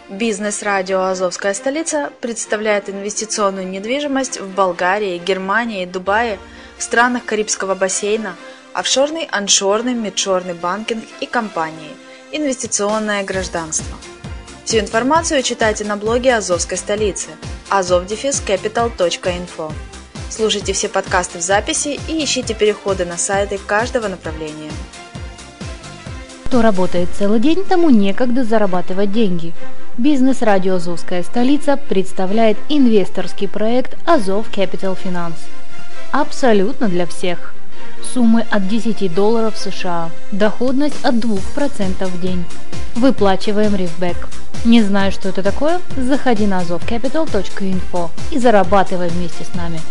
Бизнес-радио «Азовская столица» представляет инвестиционную недвижимость в Болгарии, Германии, Дубае, в странах Карибского бассейна, офшорный, аншорный, мидшорный банкинг и компании, инвестиционное гражданство. Всю информацию читайте на блоге «Азовской столицы» azov-capital.info. Слушайте все подкасты в записи и ищите переходы на сайты каждого направления. Кто работает целый день, тому некогда зарабатывать деньги. Бизнес-радио «Азовская столица» представляет инвесторский проект Azov Capital Finance. Абсолютно для всех. Суммы от $10 США. Доходность от 2% в день. Выплачиваем рифбэк. Не знаешь, что это такое? Заходи на azov-capital.info и зарабатывай вместе с нами.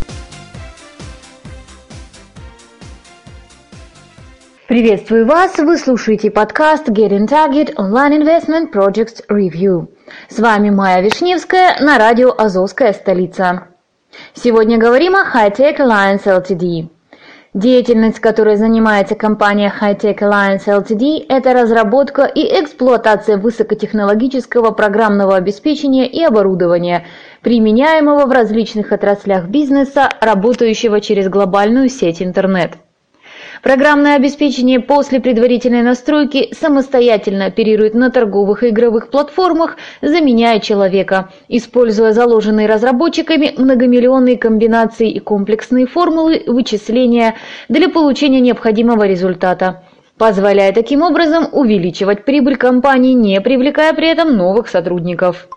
Приветствую вас! Вы слушаете подкаст Getting Target Online Investment Projects Review. С вами Майя Вишневская на радио «Азовская столица». Сегодня говорим о Hi-Tech Alliance Ltd. Деятельность, которой занимается компания Hi-Tech Alliance Ltd, это разработка и эксплуатация высокотехнологического программного обеспечения и оборудования, применяемого в различных отраслях бизнеса, работающего через глобальную сеть интернет. Программное обеспечение после предварительной настройки самостоятельно оперирует на торговых и игровых платформах, заменяя человека, используя заложенные разработчиками многомиллионные комбинации и комплексные формулы вычисления для получения необходимого результата, позволяя таким образом увеличивать прибыль компании, не привлекая при этом новых сотрудников.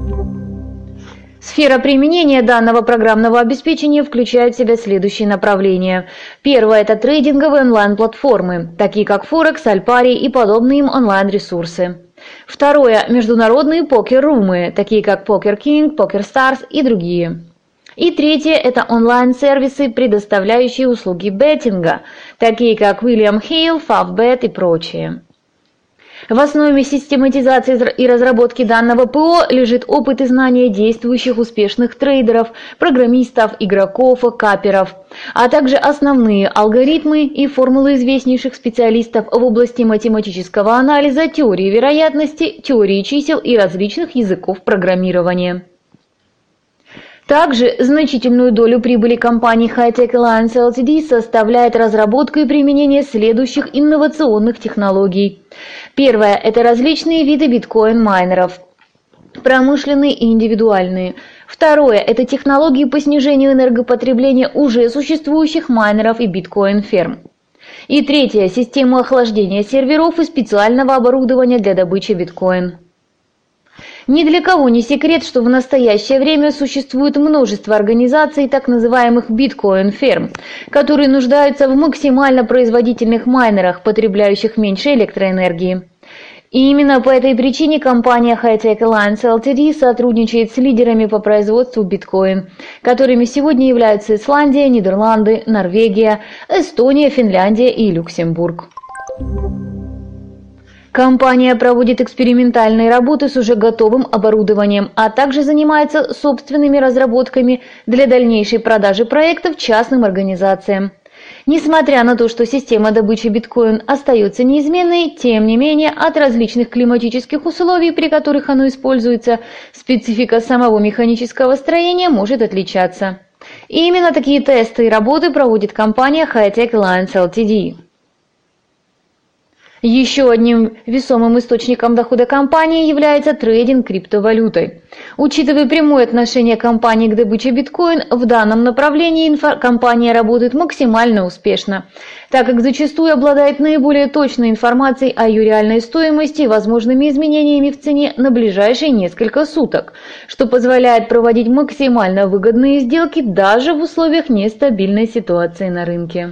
Сфера применения данного программного обеспечения включает в себя следующие направления. Первое – это трейдинговые онлайн-платформы, такие как Forex, Alpari и подобные им онлайн-ресурсы. Второе – международные покер-румы, такие как Poker King, PokerStars и другие. И третье – это онлайн-сервисы, предоставляющие услуги беттинга, такие как William Hill, Favbet и прочие. В основе систематизации и разработки данного ПО лежит опыт и знания действующих успешных трейдеров, программистов, игроков, каперов, а также основные алгоритмы и формулы известнейших специалистов в области математического анализа, теории вероятности, теории чисел и различных языков программирования. Также значительную долю прибыли компании Hi-Tech Alliance Ltd составляет разработка и применение следующих инновационных технологий. Первое – это различные виды биткоин-майнеров, промышленные и индивидуальные. Второе – это технологии по снижению энергопотребления уже существующих майнеров и биткоин-ферм. И третье – система охлаждения серверов и специального оборудования для добычи биткоин. Ни для кого не секрет, что в настоящее время существует множество организаций так называемых биткоин-ферм, которые нуждаются в максимально производительных майнерах, потребляющих меньше электроэнергии. И именно по этой причине компания Hi-Tech Alliance Ltd сотрудничает с лидерами по производству биткоин, которыми сегодня являются Исландия, Нидерланды, Норвегия, Эстония, Финляндия и Люксембург. Компания проводит экспериментальные работы с уже готовым оборудованием, а также занимается собственными разработками для дальнейшей продажи проектов частным организациям. Несмотря на то, что система добычи биткоин остается неизменной, тем не менее от различных климатических условий, при которых оно используется, специфика самого механического строения может отличаться. И именно такие тесты и работы проводит компания Hi-Tech Alliance Ltd. Еще одним весомым источником дохода компании является трейдинг криптовалютой. Учитывая прямое отношение компании к добыче биткоин, в данном направлении компания работает максимально успешно, так как зачастую обладает наиболее точной информацией о ее реальной стоимости и возможными изменениями в цене на ближайшие несколько суток, что позволяет проводить максимально выгодные сделки даже в условиях нестабильной ситуации на рынке.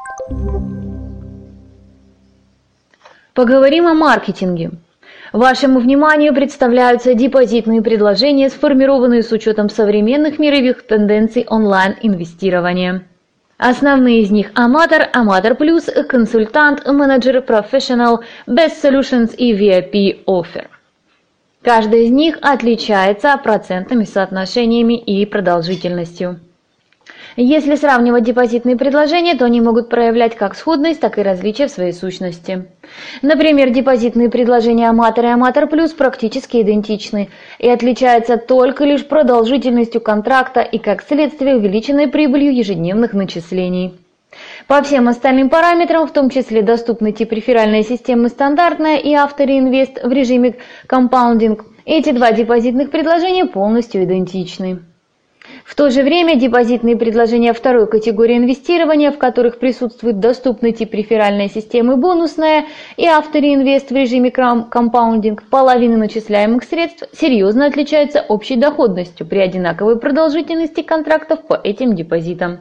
Поговорим о маркетинге. Вашему вниманию представляются депозитные предложения, сформированные с учетом современных мировых тенденций онлайн-инвестирования. Основные из них – Amateur, Amateur Plus, Консультант, Manager, Professional, Best Solutions и VIP Offer. Каждая из них отличается процентными соотношениями и продолжительностью. Если сравнивать депозитные предложения, то они могут проявлять как сходность, так и различия в своей сущности. Например, депозитные предложения Аматор и Аматор Плюс практически идентичны и отличаются только лишь продолжительностью контракта и, как следствие, увеличенной прибылью ежедневных начислений. По всем остальным параметрам, в том числе доступный тип реферальной системы стандартная и автореинвест в режиме компаундинг, эти два депозитных предложения полностью идентичны. В то же время депозитные предложения второй категории инвестирования, в которых присутствует доступный тип реферальной системы бонусная и автореинвест в режиме компаундинг, половины начисляемых средств серьезно отличаются общей доходностью при одинаковой продолжительности контрактов по этим депозитам.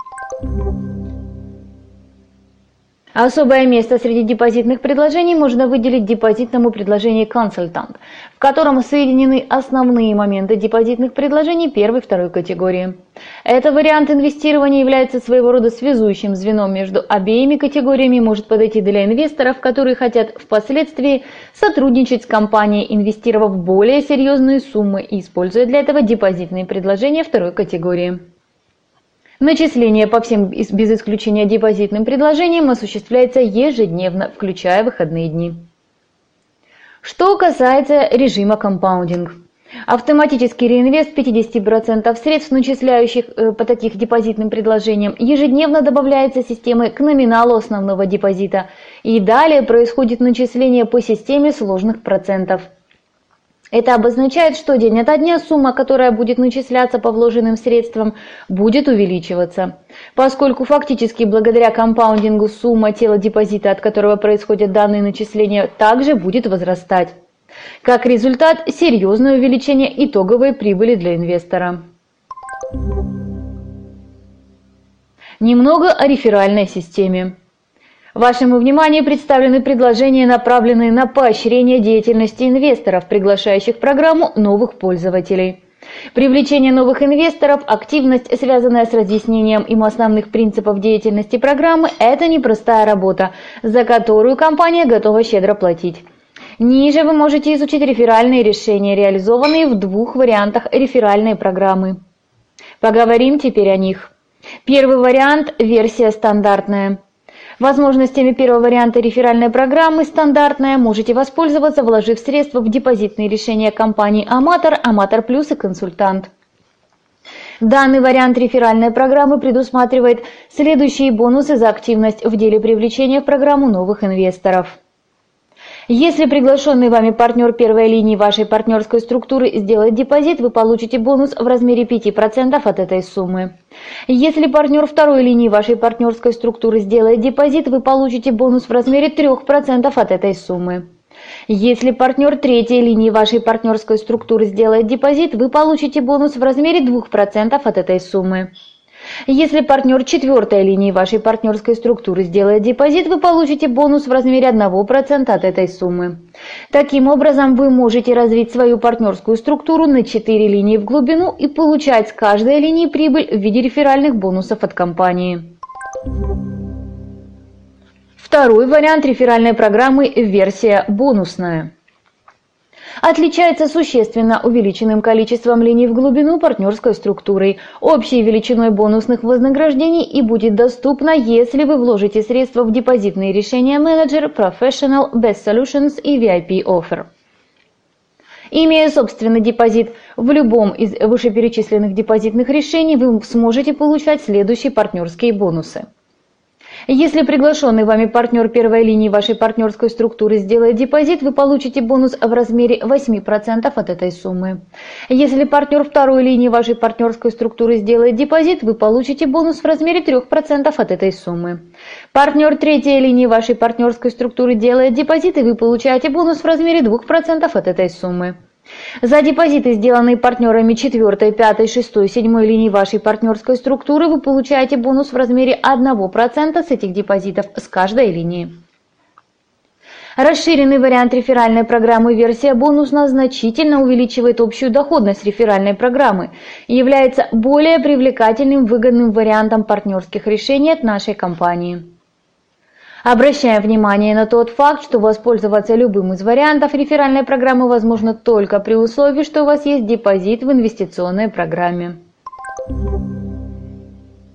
Особое место среди депозитных предложений можно выделить депозитному предложению «Консультант», в котором соединены основные моменты депозитных предложений первой и второй категории. Этот вариант инвестирования является своего рода связующим звеном между обеими категориями и может подойти для инвесторов, которые хотят впоследствии сотрудничать с компанией, инвестировав в более серьезные суммы и используя для этого депозитные предложения второй категории. Начисление по всем без исключения депозитным предложениям осуществляется ежедневно, включая выходные дни. Что касается режима компаундинг. Автоматический реинвест 50% средств, начисляющих по таких депозитным предложениям, ежедневно добавляется системой к номиналу основного депозита, и далее происходит начисление по системе сложных процентов. Это обозначает, что день ото дня сумма, которая будет начисляться по вложенным средствам, будет увеличиваться. Поскольку фактически благодаря компаундингу сумма тела депозита, от которого происходят данные начисления, также будет возрастать. Как результат, серьезное увеличение итоговой прибыли для инвестора. Немного о реферальной системе. Вашему вниманию представлены предложения, направленные на поощрение деятельности инвесторов, приглашающих в программу новых пользователей. Привлечение новых инвесторов, активность, связанная с разъяснением им основных принципов деятельности программы – это непростая работа, за которую компания готова щедро платить. Ниже вы можете изучить реферальные решения, реализованные в двух вариантах реферальной программы. Поговорим теперь о них. Первый вариант – версия стандартная. Возможностями первого варианта реферальной программы «Стандартная» можете воспользоваться, вложив средства в депозитные решения компаний «Аматор», «Аматор Плюс» и «Консультант». Данный вариант реферальной программы предусматривает следующие бонусы за активность в деле привлечения в программу новых инвесторов. Если приглашенный вами партнер первой линии вашей партнерской структуры сделает депозит, вы получите бонус в размере 5% от этой суммы. Если партнер второй линии вашей партнерской структуры сделает депозит, вы получите бонус в размере 3% от этой суммы. Если партнер третьей линии вашей партнерской структуры сделает депозит, вы получите бонус в размере 2% от этой суммы. Если партнер четвертой линии вашей партнерской структуры сделает депозит, вы получите бонус в размере 1% от этой суммы. Таким образом, вы можете развить свою партнерскую структуру на 4 линии в глубину и получать с каждой линии прибыль в виде реферальных бонусов от компании. Второй вариант реферальной программы – версия бонусная. Отличается существенно увеличенным количеством линий в глубину партнерской структурой, общей величиной бонусных вознаграждений и будет доступна, если вы вложите средства в депозитные решения менеджер, Professional, Best Solutions и VIP Offer. Имея собственный депозит в любом из вышеперечисленных депозитных решений, вы сможете получать следующие партнерские бонусы. Если приглашенный вами партнер первой линии вашей партнерской структуры сделает депозит, вы получите бонус в размере 8% от этой суммы. Если партнер второй линии вашей партнерской структуры сделает депозит, вы получите бонус в размере 3% от этой суммы. Партнер третьей линии вашей партнерской структуры делает депозит, и вы получаете бонус в размере 2% от этой суммы. За депозиты, сделанные партнерами 4, 5, 6, 7 линий вашей партнерской структуры, вы получаете бонус в размере 1% с этих депозитов с каждой линии. Расширенный вариант реферальной программы версия бонусная значительно увеличивает общую доходность реферальной программы и является более привлекательным выгодным вариантом партнерских решений от нашей компании. Обращаем внимание на тот факт, что воспользоваться любым из вариантов реферальной программы возможно только при условии, что у вас есть депозит в инвестиционной программе.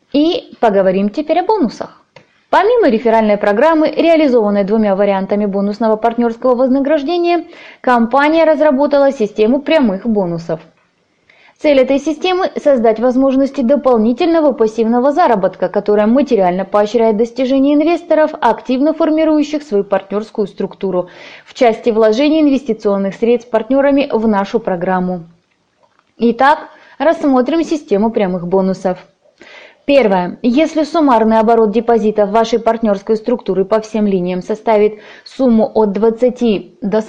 И поговорим теперь о бонусах. Помимо реферальной программы, реализованной двумя вариантами бонусного партнерского вознаграждения, компания разработала систему прямых бонусов. Цель этой системы – создать возможности дополнительного пассивного заработка, которая материально поощряет достижения инвесторов, активно формирующих свою партнерскую структуру в части вложения инвестиционных средств партнерами в нашу программу. Итак, рассмотрим систему прямых бонусов. Первое. Если суммарный оборот депозитов вашей партнерской структуры по всем линиям составит сумму от 20 до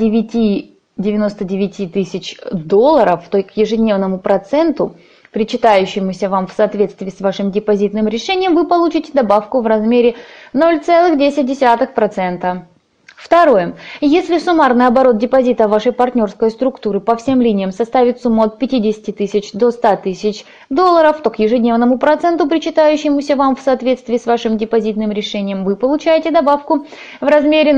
49,99 тысяч долларов, то к ежедневному проценту, причитающемуся вам в соответствии с вашим депозитным решением, вы получите добавку в размере 0,10%. Второе. Если суммарный оборот депозита вашей партнерской структуры по всем линиям составит сумму от 50 тысяч до 100 тысяч долларов, то к ежедневному проценту, причитающемуся вам в соответствии с вашим депозитным решением, вы получаете добавку в размере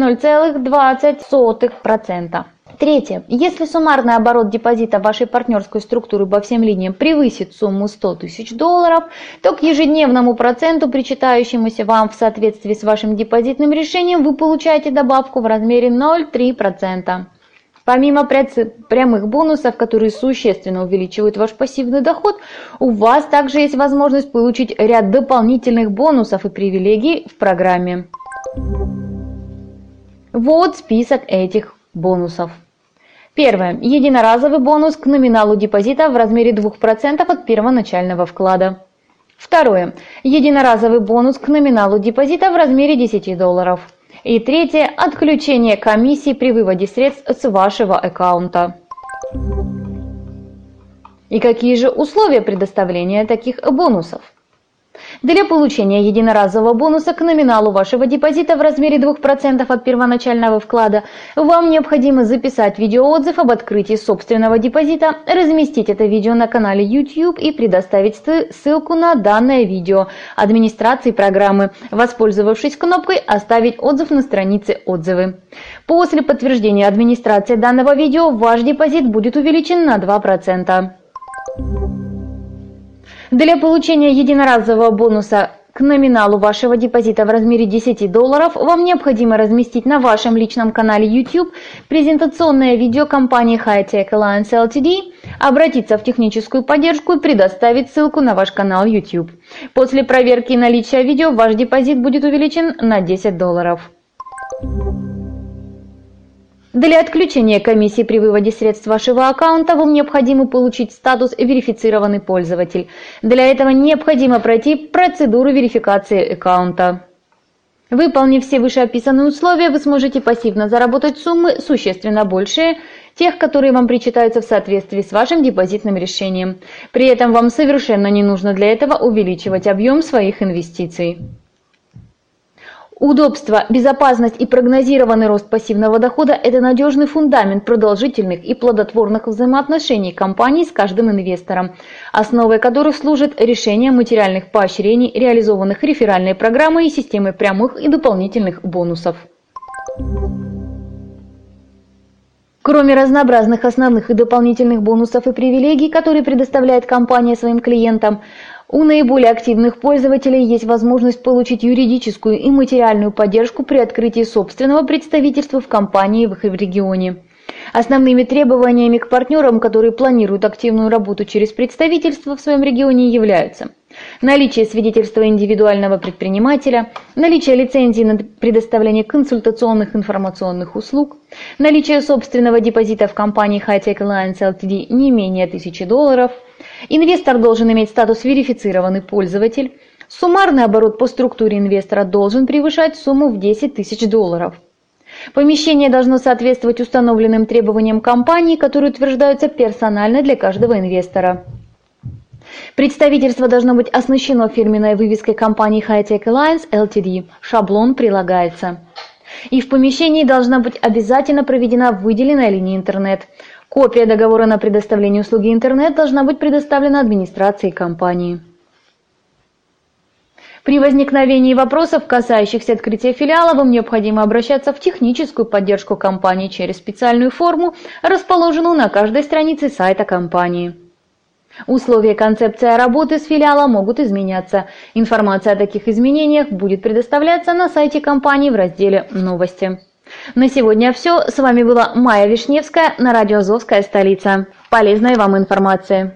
0,20%. Третье. Если суммарный оборот депозита вашей партнерской структуры по всем линиям превысит сумму 100 тысяч долларов, то к ежедневному проценту, причитающемуся вам в соответствии с вашим депозитным решением, вы получаете добавку в размере 0,3%. Помимо прямых бонусов, которые существенно увеличивают ваш пассивный доход, у вас также есть возможность получить ряд дополнительных бонусов и привилегий в программе. Вот список этих бонусов. Первое. Единоразовый бонус к номиналу депозита в размере 2% от первоначального вклада. Второе. Единоразовый бонус к номиналу депозита в размере 10 долларов. И третье. Отключение комиссии при выводе средств с вашего аккаунта. И какие же условия предоставления таких бонусов? Для получения единоразового бонуса к номиналу вашего депозита в размере 2% от первоначального вклада вам необходимо записать видеоотзыв об открытии собственного депозита, разместить это видео на канале YouTube и предоставить ссылку на данное видео администрации программы, воспользовавшись кнопкой «Оставить отзыв» на странице «Отзывы». После подтверждения администрации данного видео ваш депозит будет увеличен на 2%. Для получения единоразового бонуса к номиналу вашего депозита в размере 10 долларов вам необходимо разместить на вашем личном канале YouTube презентационное видео компании Hi-Tech Alliance Ltd, обратиться в техническую поддержку и предоставить ссылку на ваш канал YouTube. После проверки наличия видео ваш депозит будет увеличен на 10 долларов. Для отключения комиссии при выводе средств вашего аккаунта вам необходимо получить статус «Верифицированный пользователь». Для этого необходимо пройти процедуру верификации аккаунта. Выполнив все вышеописанные условия, вы сможете пассивно заработать суммы существенно большие тех, которые вам причитаются в соответствии с вашим депозитным решением. При этом вам совершенно не нужно для этого увеличивать объем своих инвестиций. Удобство, безопасность и прогнозированный рост пассивного дохода – это надежный фундамент продолжительных и плодотворных взаимоотношений компании с каждым инвестором, основой которых служит решение материальных поощрений, реализованных реферальной программой и системой прямых и дополнительных бонусов. Кроме разнообразных основных и дополнительных бонусов и привилегий, которые предоставляет компания своим клиентам, у наиболее активных пользователей есть возможность получить юридическую и материальную поддержку при открытии собственного представительства в компании в их регионе. Основными требованиями к партнерам, которые планируют активную работу через представительство в своем регионе, являются наличие свидетельства индивидуального предпринимателя, наличие лицензии на предоставление консультационных информационных услуг, наличие собственного депозита в компании Hi-Tech Alliance Ltd не менее 1000 долларов, инвестор должен иметь статус «Верифицированный пользователь», суммарный оборот по структуре инвестора должен превышать сумму в 10 тысяч долларов. Помещение должно соответствовать установленным требованиям компании, которые утверждаются персонально для каждого инвестора. Представительство должно быть оснащено фирменной вывеской компании Hi-Tech Alliance Ltd. Шаблон прилагается. И в помещении должна быть обязательно проведена выделенная линия интернет. Копия договора на предоставление услуги интернет должна быть предоставлена администрации компании. При возникновении вопросов, касающихся открытия филиала, вам необходимо обращаться в техническую поддержку компании через специальную форму, расположенную на каждой странице сайта компании. Условия и концепция работы с филиалом могут изменяться. Информация о таких изменениях будет предоставляться на сайте компании в разделе «Новости». На сегодня все. С вами была Майя Вишневская на радио «Азовская столица». Полезной вам информации.